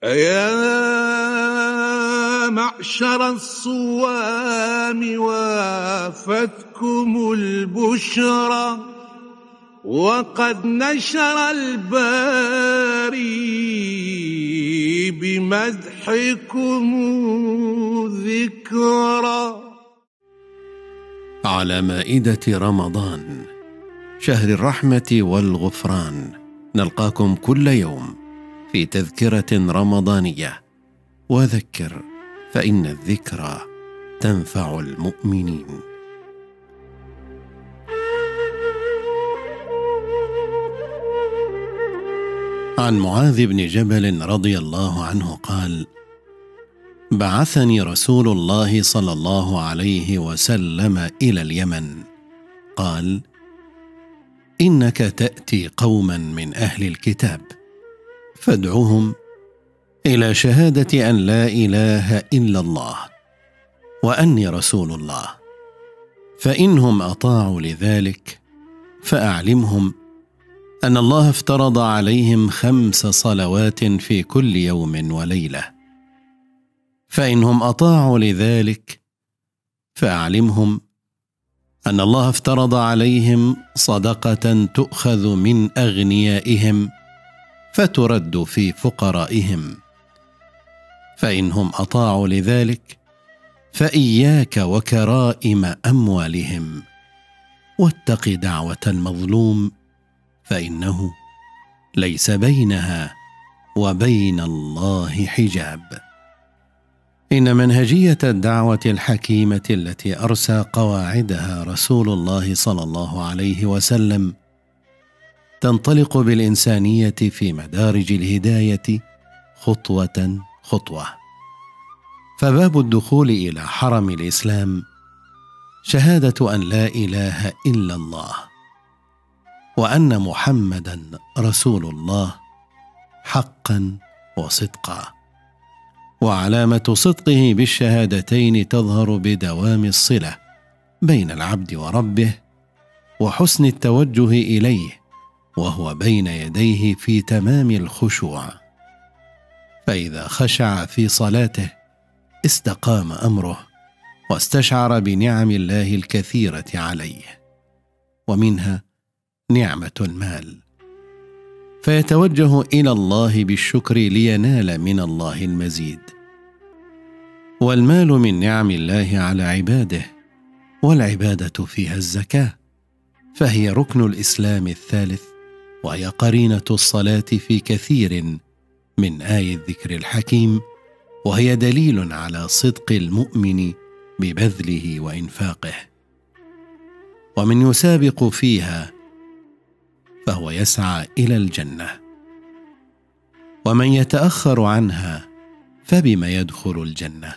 أيا معشر الصوام وافتكم البشرى وقد نشر الباري بمدحكم ذكرى. على مائدة رمضان، شهر الرحمة والغفران، نلقاكم كل يوم في تذكرة رمضانية. وذكر فإن الذكرى تنفع المؤمنين. عن معاذ بن جبل رضي الله عنه قال: بعثني رسول الله صلى الله عليه وسلم إلى اليمن، قال: إنك تأتي قوما من أهل الكتاب فادعهم إلى شهادة أن لا إله إلا الله وأني رسول الله، فإنهم أطاعوا لذلك فأعلمهم أن الله افترض عليهم 5 صلوات في كل يوم وليلة، فإنهم أطاعوا لذلك فأعلمهم أن الله افترض عليهم صدقة تؤخذ من أغنيائهم فترد في فقرائهم، فإنهم أطاعوا لذلك فإياك وكرائم أموالهم، واتق دعوة المظلوم فإنه ليس بينها وبين الله حجاب. إن منهجية الدعوة الحكيمة التي أرسى قواعدها رسول الله صلى الله عليه وسلم تنطلق بالإنسانية في مدارج الهداية خطوة خطوة. فباب الدخول إلى حرم الإسلام شهادة أن لا إله إلا الله وأن محمدًا رسول الله حقًا وصدقًا. وعلامة صدقه بالشهادتين تظهر بدوام الصلة بين العبد وربه وحسن التوجه إليه وهو بين يديه في تمام الخشوع، فإذا خشع في صلاته استقام أمره واستشعر بنعم الله الكثيرة عليه، ومنها نعمة المال، فيتوجه إلى الله بالشكر لينال من الله المزيد. والمال من نعم الله على عباده، والعبادة فيها الزكاة، فهي ركن الإسلام الثالث، وهي قرينة الصلاة في كثير من آي الذكر الحكيم، وهي دليل على صدق المؤمن ببذله وإنفاقه. ومن يسابق فيها فهو يسعى إلى الجنة، ومن يتأخر عنها فبما يدخل الجنة.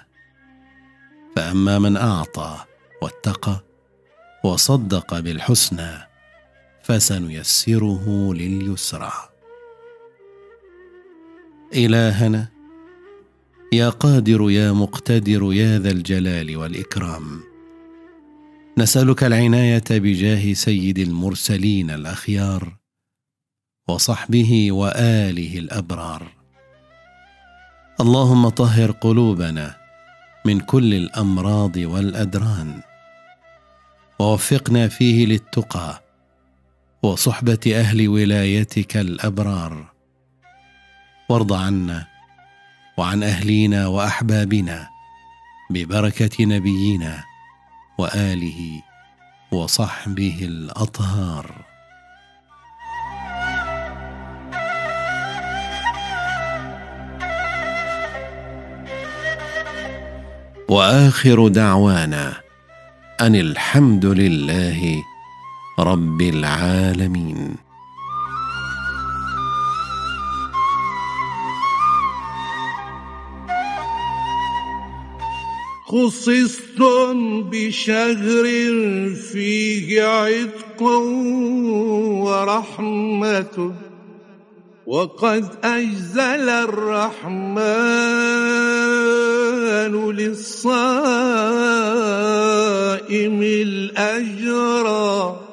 فأما من أعطى واتقى وصدق بالحسنى فسنيسره لليسرى. إلهنا يا قادر يا مقتدر يا ذا الجلال والإكرام، نسألك العناية بجاه سيد المرسلين الأخيار وصحبه وآله الأبرار. اللهم طهر قلوبنا من كل الأمراض والأدران، ووفقنا فيه للتقى وصحبة أهل ولايتك الأبرار، وارض عنا وعن أهلينا وأحبابنا ببركة نبينا وآله وصحبه الأطهار. وآخر دعوانا أن الحمد لله رب العالمين. خصصتم بشهر فيه عتق ورحمة، وقد أجزل الرحمن للصائم الأجر.